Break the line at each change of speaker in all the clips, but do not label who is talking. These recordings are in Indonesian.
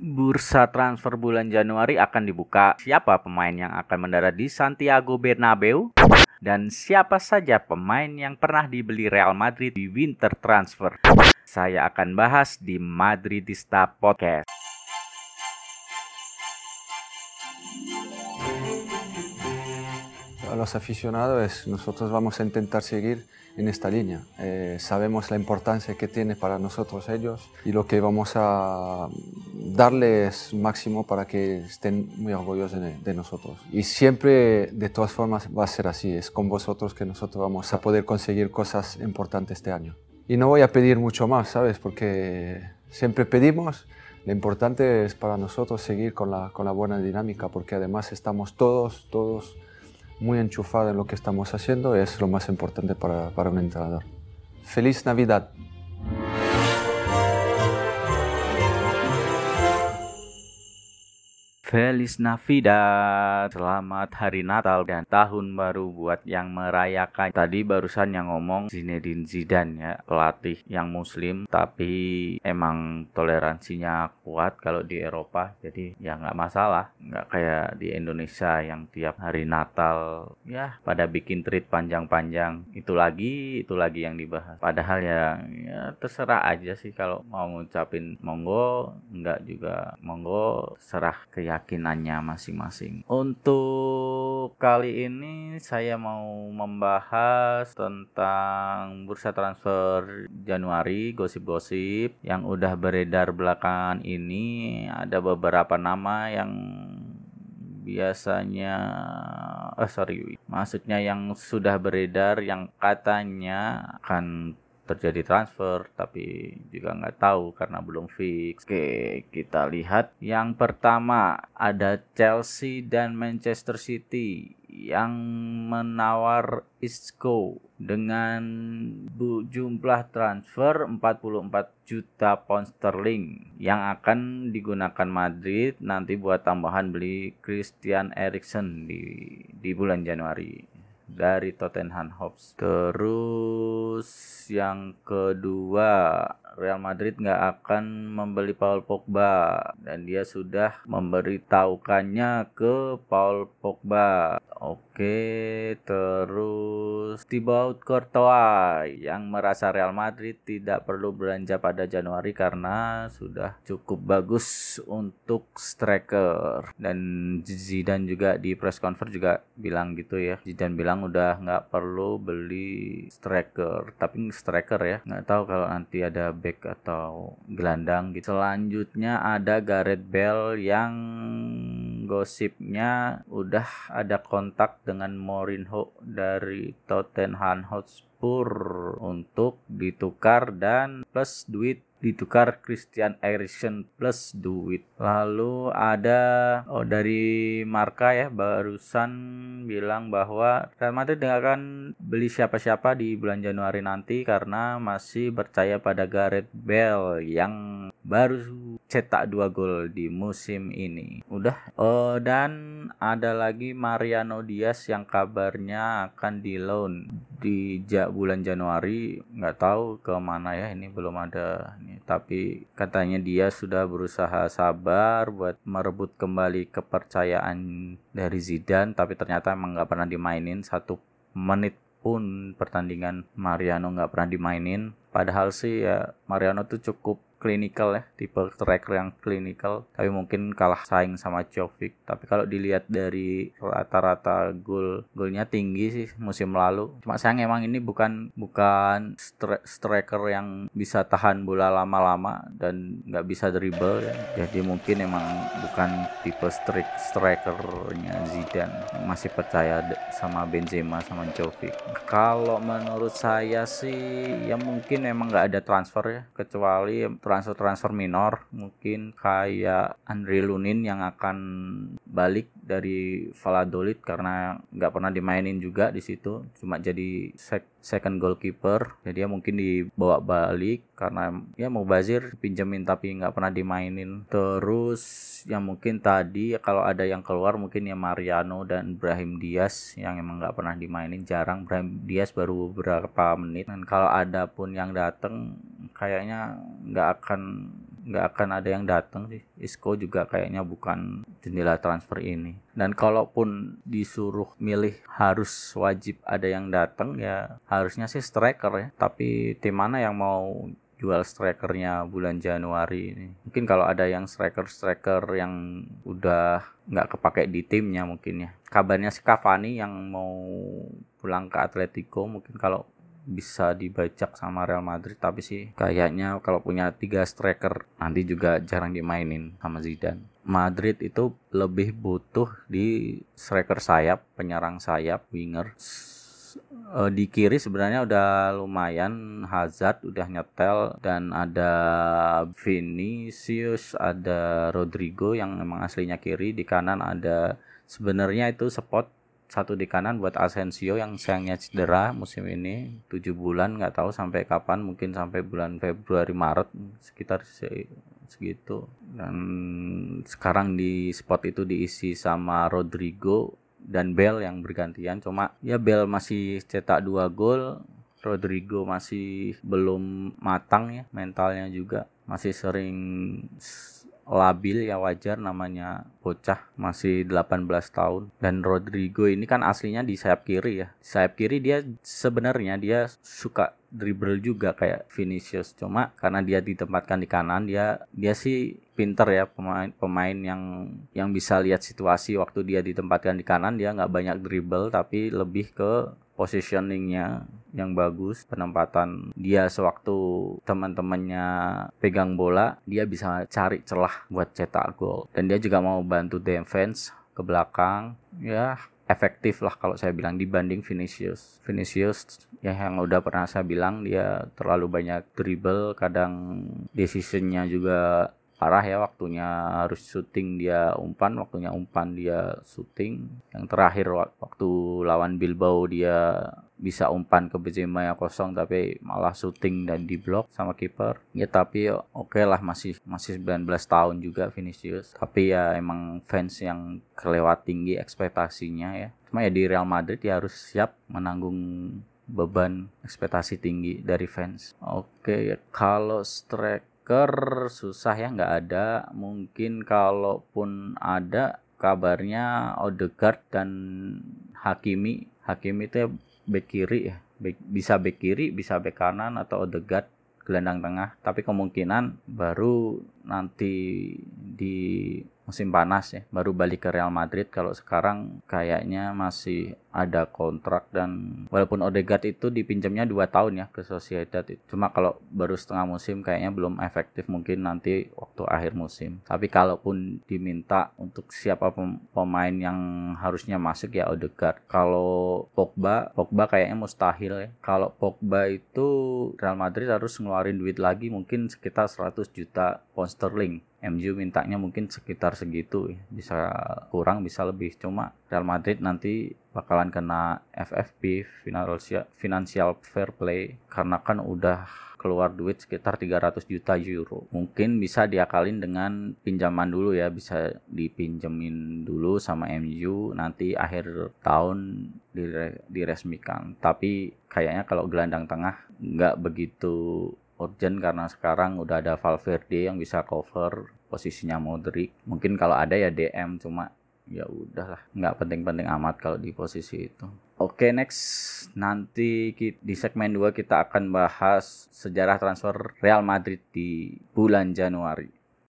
Bursa transfer bulan Januari akan dibuka. Siapa pemain yang akan mendarat di Santiago Bernabeu? Dan siapa saja pemain yang pernah dibeli Real Madrid di winter transfer? Saya akan bahas di Madridista Podcast.
A los aficionados, nosotros vamos a intentar seguir en esta línea. Sabemos la importancia que tiene para nosotros ellos y lo que vamos a darles máximo para que estén muy orgullosos de nosotros. Y siempre, de todas formas, va a ser así. Es con vosotros que nosotros vamos a poder conseguir cosas importantes este año. Y no voy a pedir mucho más, ¿sabes? Porque siempre pedimos. Lo importante es para nosotros seguir con la buena dinámica, porque además estamos todos muy enchufados en lo que estamos haciendo. Es lo más importante para un entrenador. ¡Feliz Navidad!
Feliz Navidad, selamat Hari Natal dan Tahun Baru buat yang merayakan. Tadi barusan yang ngomong Zinedine Zidane ya, pelatih yang muslim tapi emang toleransinya kuat kalau di Eropa. Jadi ya nggak masalah, nggak kayak di Indonesia yang tiap hari Natal ya pada bikin treat panjang-panjang. Itu lagi yang dibahas. Padahal ya terserah aja sih, kalau mau ngucapin monggo, enggak juga monggo, serah keyakinannya masing-masing. Untuk kali ini saya mau membahas tentang bursa transfer Januari, gosip-gosip yang udah beredar belakangan ini. Ada beberapa nama yang maksudnya yang sudah beredar yang katanya akan terjadi transfer, tapi juga nggak tahu karena belum fix. Oke, kita lihat. Yang pertama ada Chelsea dan Manchester City yang menawar Isco dengan jumlah transfer 44 juta pound sterling yang akan digunakan Madrid nanti buat tambahan beli Christian Eriksen di bulan Januari dari Tottenham Hotspur. Terus yang kedua, Real Madrid nggak akan membeli Paul Pogba dan dia sudah memberitahukannya ke Paul Pogba. Oke, terus Thibaut Courtois yang merasa Real Madrid tidak perlu belanja pada Januari karena sudah cukup bagus untuk striker. Dan Zidane juga di press conference juga bilang gitu ya. Zidane bilang udah nggak perlu beli striker, tapi striker ya, nggak tahu kalau nanti ada back atau gelandang gitu. Selanjutnya ada Gareth Bale yang gosipnya udah ada kontak dengan Mourinho dari Tottenham Hotspur untuk ditukar dan plus duit, ditukar Christian Eriksen plus duit. Lalu ada dari Marca ya, barusan bilang bahwa Real Madrid tidak akan beli siapa-siapa di bulan Januari nanti karena masih percaya pada Gareth Bale yang baru cetak 2 gol di musim ini. Udah. Dan ada lagi Mariano Diaz yang kabarnya akan di loan di bulan Januari. Nggak tahu ke mana ya, ini belum ada ini. Tapi katanya dia sudah berusaha sabar buat merebut kembali kepercayaan dari Zidane, tapi ternyata emang nggak pernah dimainin 1 menit pun pertandingan Mariano nggak pernah dimainin. Padahal sih ya Mariano tuh cukup klinikal ya, tipe striker yang klinikal, tapi mungkin kalah saing sama Jovic. Tapi kalau dilihat dari rata-rata golnya tinggi sih musim lalu. Cuma sayang emang ini bukan striker yang bisa tahan bola lama-lama dan nggak bisa dribble ya. Jadi mungkin emang bukan tipe strikernya Zidane yang masih percaya sama Benzema sama Jovic. Kalau menurut saya sih ya mungkin emang nggak ada transfer ya, kecuali transfer minor, mungkin kayak Andre Lunin yang akan balik dari Valladolid karena nggak pernah dimainin juga di situ, cuma jadi second goalkeeper. Jadi ya mungkin dibawa balik karena ya mau Bazir pinjemin tapi nggak pernah dimainin. Terus yang mungkin tadi kalau ada yang keluar mungkin ya Mariano dan Brahim Diaz yang emang nggak pernah dimainin, jarang. Brahim Diaz baru beberapa menit, dan kalau ada pun yang datang kayaknya nggak akan nggak akan ada yang datang sih. Isco juga kayaknya bukan jendela transfer ini. Dan kalaupun disuruh milih harus wajib ada yang datang, ya harusnya sih striker ya. Tapi tim mana yang mau jual strikernya bulan Januari ini? Mungkin kalau ada yang striker yang udah nggak kepake di timnya mungkin ya. Kabarnya si Cavani yang mau pulang ke Atletico, mungkin kalau bisa dibajak sama Real Madrid. Tapi sih kayaknya kalau punya 3 striker nanti juga jarang dimainin sama Zidane. Madrid itu lebih butuh di striker sayap, penyerang sayap, winger. Di kiri sebenarnya udah lumayan, Hazard udah nyetel, dan ada Vinicius, ada Rodrigo yang emang aslinya kiri. Di kanan ada sebenarnya itu spot satu di kanan buat Asensio yang sayangnya cedera musim ini 7 bulan, nggak tahu sampai kapan, mungkin sampai bulan Februari Maret sekitar segitu. Dan sekarang di spot itu diisi sama Rodrigo dan Bale yang bergantian. Cuma ya Bale masih cetak 2 gol, Rodrigo masih belum matang ya, mentalnya juga masih sering labil ya, wajar namanya bocah masih 18 tahun. Dan Rodrigo ini kan aslinya di sayap kiri ya. Sayap kiri dia sebenarnya dia suka dribble juga kayak Vinicius, cuma karena dia ditempatkan di kanan, dia sih pinter ya, pemain yang bisa lihat situasi. Waktu dia ditempatkan di kanan dia nggak banyak dribble, tapi lebih ke positioningnya yang bagus, penempatan dia sewaktu teman-temannya pegang bola, dia bisa cari celah buat cetak gol. Dan dia juga mau bantu defense ke belakang, ya efektif lah kalau saya bilang dibanding Vinicius ya, yang udah pernah saya bilang dia terlalu banyak dribble, kadang decisionnya juga parah ya. Waktunya harus syuting dia umpan, waktunya umpan dia syuting. Yang terakhir waktu lawan Bilbao dia bisa umpan ke Benzema yang kosong tapi malah syuting dan diblok sama kiper. Ya tapi oke lah, masih 19 tahun juga Vinicius. Tapi ya emang fans yang kelewat tinggi ekspektasinya ya. Cuma ya di Real Madrid ya harus siap menanggung beban ekspektasi tinggi dari fans. Oke, kalau striker susah ya, nggak ada. Mungkin kalaupun ada, kabarnya Odegaard dan Hakimi itu ya bek kiri ya, bisa bek kiri, bisa bek kanan, atau Odegaard gelandang tengah. Tapi kemungkinan baru nanti di musim panas ya, baru balik ke Real Madrid. Kalau sekarang kayaknya masih ada kontrak, dan walaupun Odegaard itu dipinjamnya 2 tahun ya ke Sociedad, cuma kalau baru setengah musim kayaknya belum efektif, mungkin nanti waktu akhir musim. Tapi kalaupun diminta untuk siapa pemain yang harusnya masuk ya Odegaard. Kalau Pogba kayaknya mustahil ya. Kalau Pogba itu Real Madrid harus ngeluarin duit lagi, mungkin sekitar 100 juta pound sterling. MU mintanya mungkin sekitar segitu ya. Bisa kurang bisa lebih, cuma Real Madrid nanti bakalan kena FFP, financial fair play, karena kan udah keluar duit sekitar 300 juta euro. Mungkin bisa diakalin dengan pinjaman dulu ya, bisa dipinjemin dulu sama MU, nanti akhir tahun diresmikan. Tapi kayaknya kalau gelandang tengah nggak begitu urgent, karena sekarang udah ada Valverde yang bisa cover posisinya Modric. Mungkin kalau ada ya DM, cuma ya udahlah, nggak penting-penting amat kalau di posisi itu. Oke, next, nanti di segmen 2 kita akan bahas sejarah transfer Real Madrid di bulan Januari.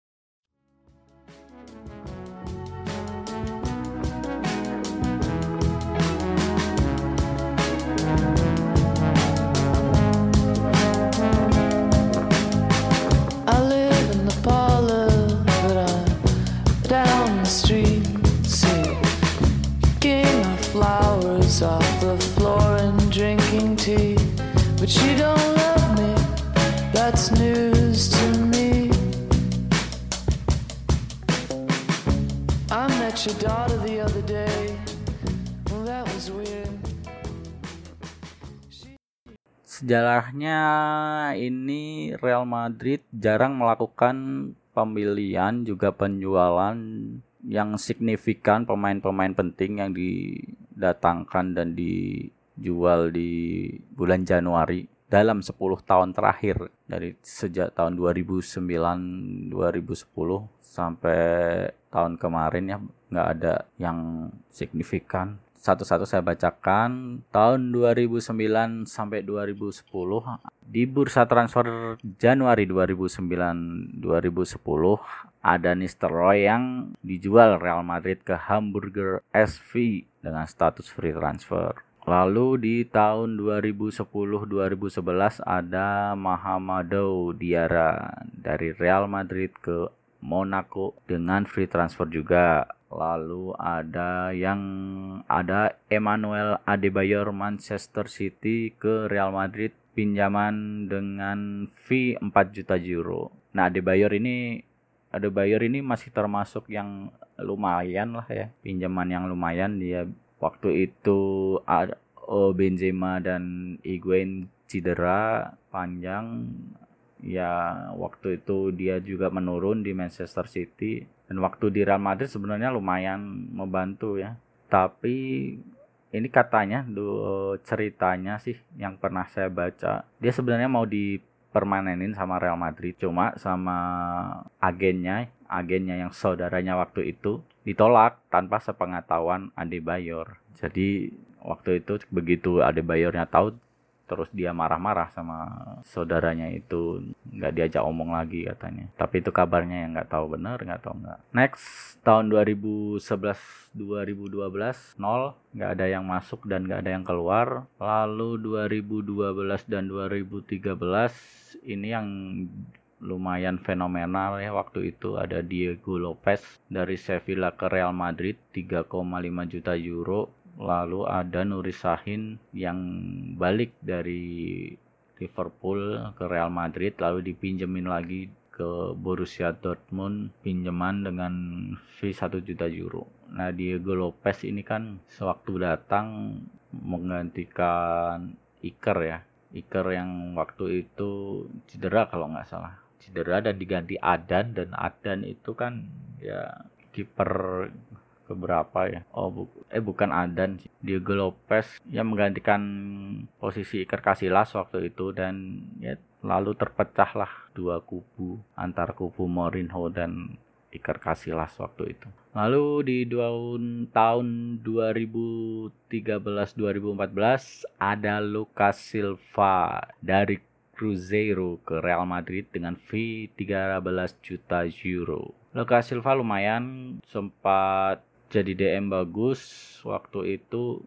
Off the floor and drinking tea, but you don't love me, that's news to me. I met your daughter the other day, well that was weird.
Sejarahnya ini Real Madrid jarang melakukan pembelian juga penjualan yang signifikan, pemain-pemain penting yang didatangkan dan dijual di bulan Januari. dalam 10 tahun terakhir, dari sejak tahun 2009-2010 sampai tahun kemarin ya, nggak ada yang signifikan. Satu-satu saya bacakan. Tahun 2009 sampai 2010 di bursa transfer Januari 2009-2010 ada Nistelrooy yang dijual Real Madrid ke Hamburger SV dengan status free transfer. Lalu di tahun 2010-2011 ada Mahamadou Diarra dari Real Madrid ke Monaco dengan free transfer juga. Lalu ada Emmanuel Adebayor Manchester City ke Real Madrid pinjaman dengan fee 4 juta euro. Nah, Adebayor ini masih termasuk yang lumayan lah ya, pinjaman yang lumayan. Dia waktu itu Benzema dan Higuain cedera panjang ya, waktu itu dia juga menurun di Manchester City, dan waktu di Real Madrid sebenarnya lumayan membantu ya. Tapi ini katanya ceritanya sih yang pernah saya baca, dia sebenarnya mau dipermanenin sama Real Madrid, cuma sama agennya yang saudaranya waktu itu ditolak tanpa sepengetahuan Adebayor. Jadi waktu itu begitu Adebayornya tahu, terus dia marah-marah sama saudaranya itu, nggak diajak omong lagi katanya. Tapi itu kabarnya, yang nggak tahu benar, nggak tahu nggak. Next, tahun 2011-2012 nol, nggak ada yang masuk dan nggak ada yang keluar. Lalu 2012 dan 2013 ini yang lumayan fenomenal ya, waktu itu ada Diego Lopez dari Sevilla ke Real Madrid 3,5 juta euro. Lalu ada Nuri Sahin yang balik dari Liverpool ke Real Madrid, lalu dipinjemin lagi ke Borussia Dortmund, pinjaman dengan fee 1 juta euro. Nah, Diego Lopez ini kan sewaktu datang menggantikan Iker ya. Iker yang waktu itu cedera kalau nggak salah. Cedera dan diganti Adan, dan Adan itu kan ya kiper keberapa ya? Bukan Adan, Diego Lopez yang menggantikan posisi Iker Casillas waktu itu, dan ya lalu terpecahlah dua kubu antara kubu Mourinho dan Iker Casillas waktu itu. Lalu di tahun 2013-2014 ada Lucas Silva dari Cruzeiro ke Real Madrid dengan fee 13 juta euro. Lucas Silva lumayan, sempat jadi DM bagus waktu itu,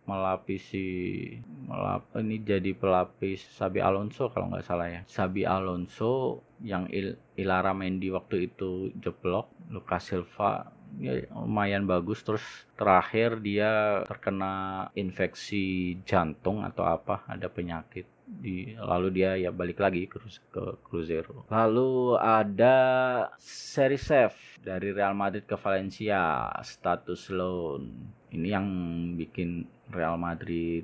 jadi pelapis Xabi Alonso kalau nggak salah ya. Xabi Alonso yang Ilara Mendy waktu itu jeblok, Lucas Silva ya lumayan bagus. Terus terakhir dia terkena infeksi jantung atau apa, ada penyakit. Lalu dia ya balik lagi ke Cruzeiro. Lalu ada Serisef dari Real Madrid ke Valencia, status loan. Ini yang bikin Real Madrid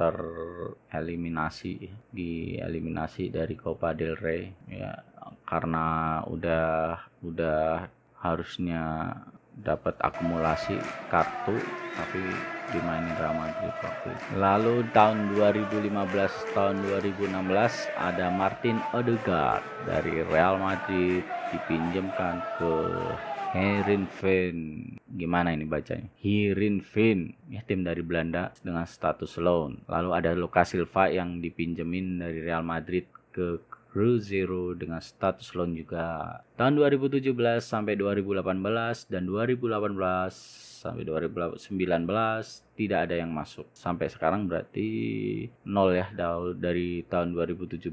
dieliminasi dari Copa del Rey ya, karena udah harusnya dapat akumulasi kartu tapi dimainin Real Madrid waktu itu. Lalu tahun 2015 tahun 2016 ada Martin Odegaard dari Real Madrid dipinjamkan ke Heerenveen. Gimana ini bacanya? Heerenveen ya, tim dari Belanda dengan status loan. Lalu ada Lucas Silva yang dipinjemin dari Real Madrid ke Cruzeiro dengan status loan juga. Tahun 2017 sampai 2018 dan 2018 sampai 2019 tidak ada yang masuk. Sampai sekarang berarti nol ya, dari tahun 2017,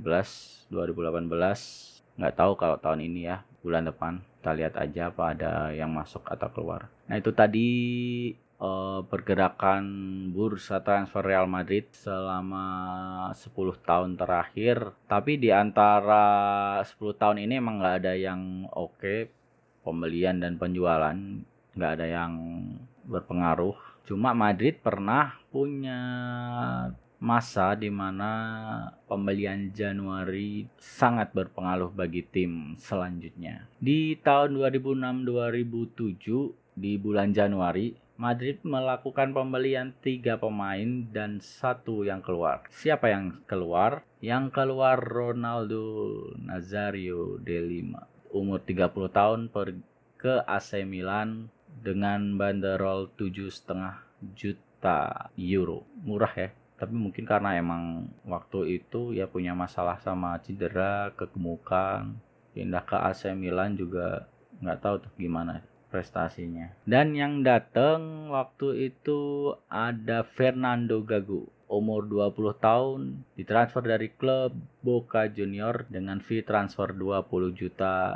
2018. Nggak tahu kalau tahun ini ya, bulan depan kita lihat aja apa ada yang masuk atau keluar. Nah, itu tadi pergerakan bursa transfer Real Madrid selama 10 tahun terakhir. Tapi di antara 10 tahun ini emang nggak ada yang oke, pembelian dan penjualan nggak ada yang berpengaruh. Cuma Madrid pernah punya masa di mana pembelian Januari sangat berpengaruh bagi tim selanjutnya. Di tahun 2006-2007 di bulan Januari Madrid melakukan pembelian 3 pemain dan 1 yang keluar. Siapa yang keluar? Yang keluar Ronaldo Nazario de Lima, umur 30 tahun, ke AC Milan dengan banderol 7,5 juta euro. Murah ya. Tapi mungkin karena emang waktu itu ya punya masalah sama cedera, kegemukan, pindah ke AC Milan juga nggak tahu tuh gimana prestasinya. Dan yang datang waktu itu ada Fernando Gago, umur 20 tahun, ditransfer dari klub Boca Junior dengan fee transfer 20,5 juta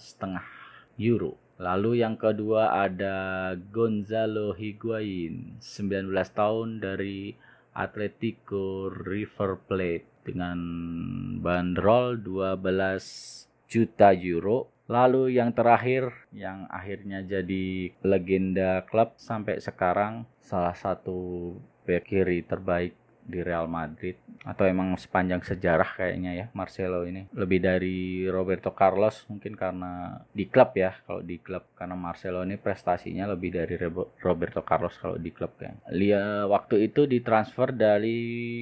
euro. Lalu yang kedua ada Gonzalo Higuain, 19 tahun dari Atletico River Plate dengan bandrol 12 juta euro. Lalu yang terakhir yang akhirnya jadi legenda klub sampai sekarang, salah satu bek kiri terbaik di Real Madrid, atau emang sepanjang sejarah kayaknya ya, Marcelo ini lebih dari Roberto Carlos mungkin karena di klub ya. Kalau di klub, karena Marcelo ini prestasinya lebih dari Roberto Carlos kalau di klub kan. Dia waktu itu ditransfer dari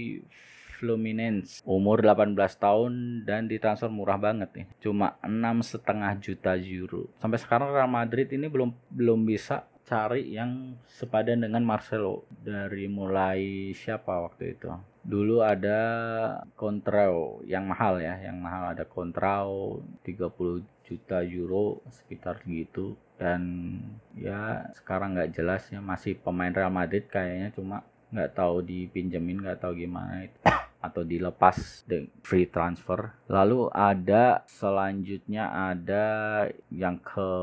Fluminense, umur 18 tahun dan ditransfer murah banget nih, cuma 6,5 juta euro. Sampai sekarang Real Madrid ini belum bisa cari yang sepadan dengan Marcelo. Dari mulai siapa waktu itu? Dulu ada Contrao yang mahal ya, ada Contrao 30 juta euro sekitar gitu. Dan ya sekarang nggak jelas ya, masih pemain Real Madrid kayaknya, cuma nggak tahu dipinjemin, nggak tahu gimana itu atau dilepas free transfer. Lalu ada selanjutnya ada yang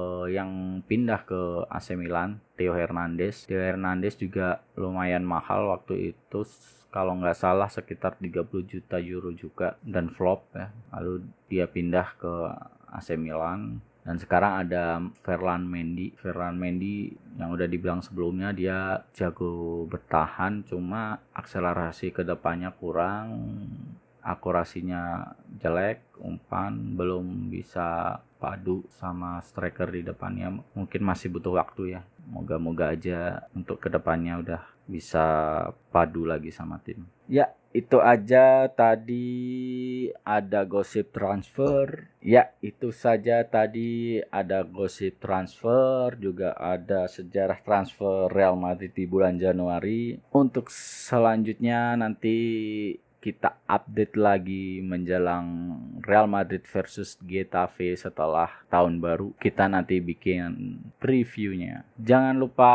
pindah ke AC Milan, Theo Hernandez juga lumayan mahal waktu itu, kalau nggak salah sekitar 30 juta euro juga, dan flop ya. Lalu dia pindah ke AC Milan. Dan sekarang ada Ferland Mendy yang udah dibilang sebelumnya dia jago bertahan, cuma akselerasi ke depannya kurang, akurasinya jelek, umpan belum bisa padu sama striker di depannya. Mungkin masih butuh waktu ya. Moga-moga aja untuk kedepannya udah bisa padu lagi sama tim. Ya, itu aja tadi ada gosip transfer. Ya, itu saja tadi ada gosip transfer, juga ada sejarah transfer Real Madrid di bulan Januari. Untuk selanjutnya nanti kita update lagi menjelang Real Madrid versus Getafe setelah tahun baru. Kita nanti bikin previewnya. Jangan lupa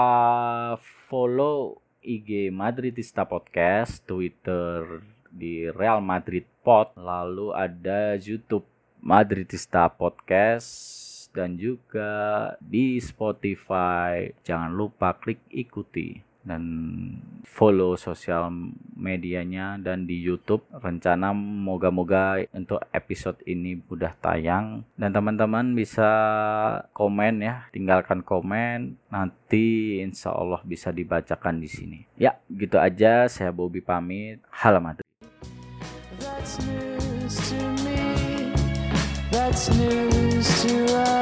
follow IG Madridista Podcast, Twitter di Real Madrid Pod, lalu ada YouTube Madridista Podcast, dan juga di Spotify. Jangan lupa klik ikuti dan follow sosial medianya, dan di YouTube rencana moga-moga untuk episode ini udah tayang, dan teman-teman bisa komen ya, tinggalkan komen, nanti insya Allah bisa dibacakan di sini. Ya, gitu aja, saya Bobby pamit. Hala Madrid.
That's news to me. That's news to us.